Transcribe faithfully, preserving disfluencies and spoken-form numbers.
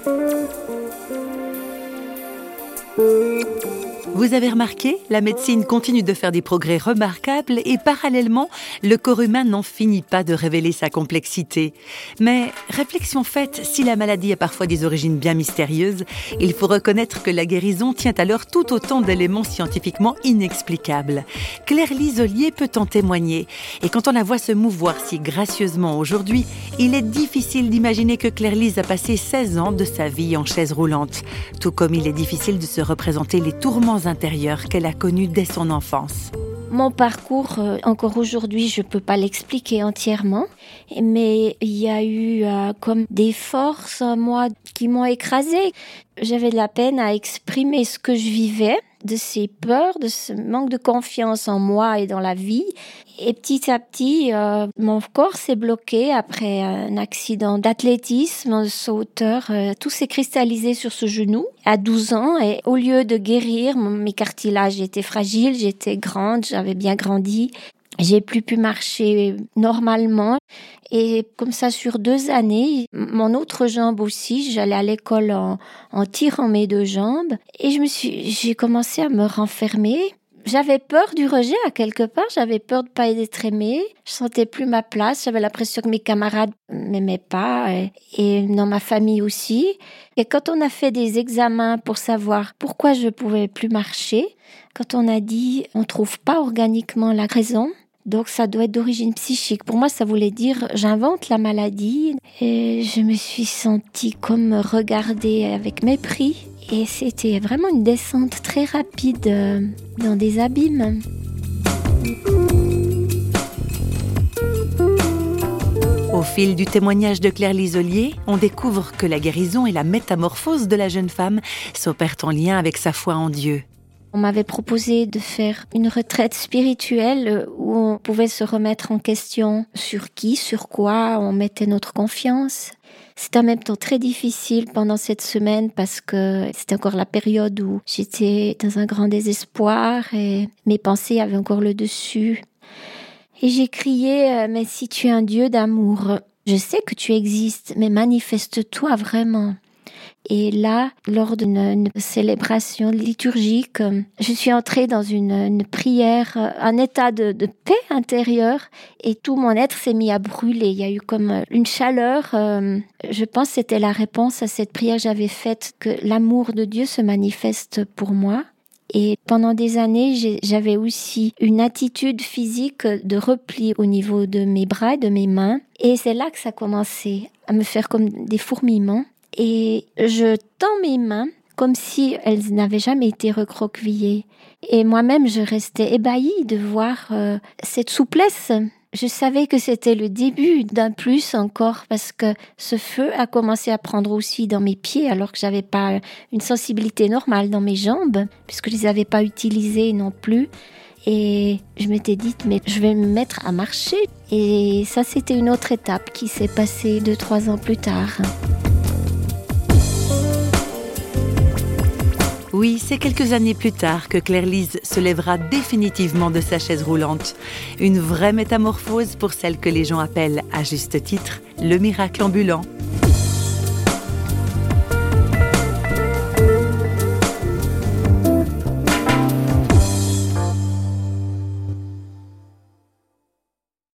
Vous avez remarqué, la médecine continue de faire des progrès remarquables et parallèlement, le corps humain n'en finit pas de révéler sa complexité. Mais réflexion faite, si la maladie a parfois des origines bien mystérieuses, il faut reconnaître que la guérison tient alors tout autant d'éléments scientifiquement inexplicables. Claire-Lise Ollier peut en témoigner. Et quand on la voit se mouvoir si gracieusement aujourd'hui, il est difficile d'imaginer que Claire-Lise a passé seize ans de sa vie en chaise roulante. Tout comme il est difficile de se représenter les tourments intérieur qu'elle a connu dès son enfance. Mon parcours, euh, encore aujourd'hui, je ne peux pas l'expliquer entièrement, mais il y a eu euh, comme des forces en moi qui m'ont écrasée. J'avais de la peine à exprimer ce que je vivais, de ces peurs, de ce manque de confiance en moi et dans la vie. Et petit à petit, euh, mon corps s'est bloqué après un accident d'athlétisme, un sauteur. Euh, tout s'est cristallisé sur ce genou à douze ans. Et au lieu de guérir, mes cartilages étaient fragiles, j'étais grande, j'avais bien grandi. J'ai plus pu marcher normalement. Et comme ça, sur deux années, mon autre jambe aussi, j'allais à l'école en, en tirant mes deux jambes. Et je me suis, j'ai commencé à me renfermer. J'avais peur du rejet à quelque part, j'avais peur de pas être aimée, je sentais plus ma place, j'avais l'impression que mes camarades m'aimaient pas et, et dans ma famille aussi. Et quand on a fait des examens pour savoir pourquoi je pouvais plus marcher, quand on a dit on trouve pas organiquement la raison, donc ça doit être d'origine psychique. Pour moi, ça voulait dire j'invente la maladie et je me suis sentie comme regardée avec mépris. Et c'était vraiment une descente très rapide euh, dans des abîmes. Au fil du témoignage de Claire-Lise Ollier, on découvre que la guérison et la métamorphose de la jeune femme s'opèrent en lien avec sa foi en Dieu. On m'avait proposé de faire une retraite spirituelle où on pouvait se remettre en question sur qui, sur quoi on mettait notre confiance. C'était en même temps très difficile pendant cette semaine parce que c'était encore la période où j'étais dans un grand désespoir et mes pensées avaient encore le dessus. Et j'ai crié « Mais si tu es un Dieu d'amour, je sais que tu existes, mais manifeste-toi vraiment ». Et là, lors d'une une célébration liturgique, je suis entrée dans une, une prière, un état de, de paix intérieure et tout mon être s'est mis à brûler. Il y a eu comme une chaleur. Euh, je pense que c'était la réponse à cette prière que j'avais faite, que l'amour de Dieu se manifeste pour moi. Et pendant des années, j'ai, j'avais aussi une attitude physique de repli au niveau de mes bras et de mes mains. Et c'est là que ça a commencé à me faire comme des fourmillements. Et je tends mes mains comme si elles n'avaient jamais été recroquevillées. Et moi-même, je restais ébahie de voir euh, cette souplesse. Je savais que c'était le début d'un plus encore parce que ce feu a commencé à prendre aussi dans mes pieds alors que j'avais pas une sensibilité normale dans mes jambes puisque je les avais pas utilisées non plus. Et je m'étais dit, mais je vais me mettre à marcher. Et ça, c'était une autre étape qui s'est passée deux, trois ans plus tard. Oui, c'est quelques années plus tard que Claire-Lise se lèvera définitivement de sa chaise roulante. Une vraie métamorphose pour celle que les gens appellent, à juste titre, le miracle ambulant.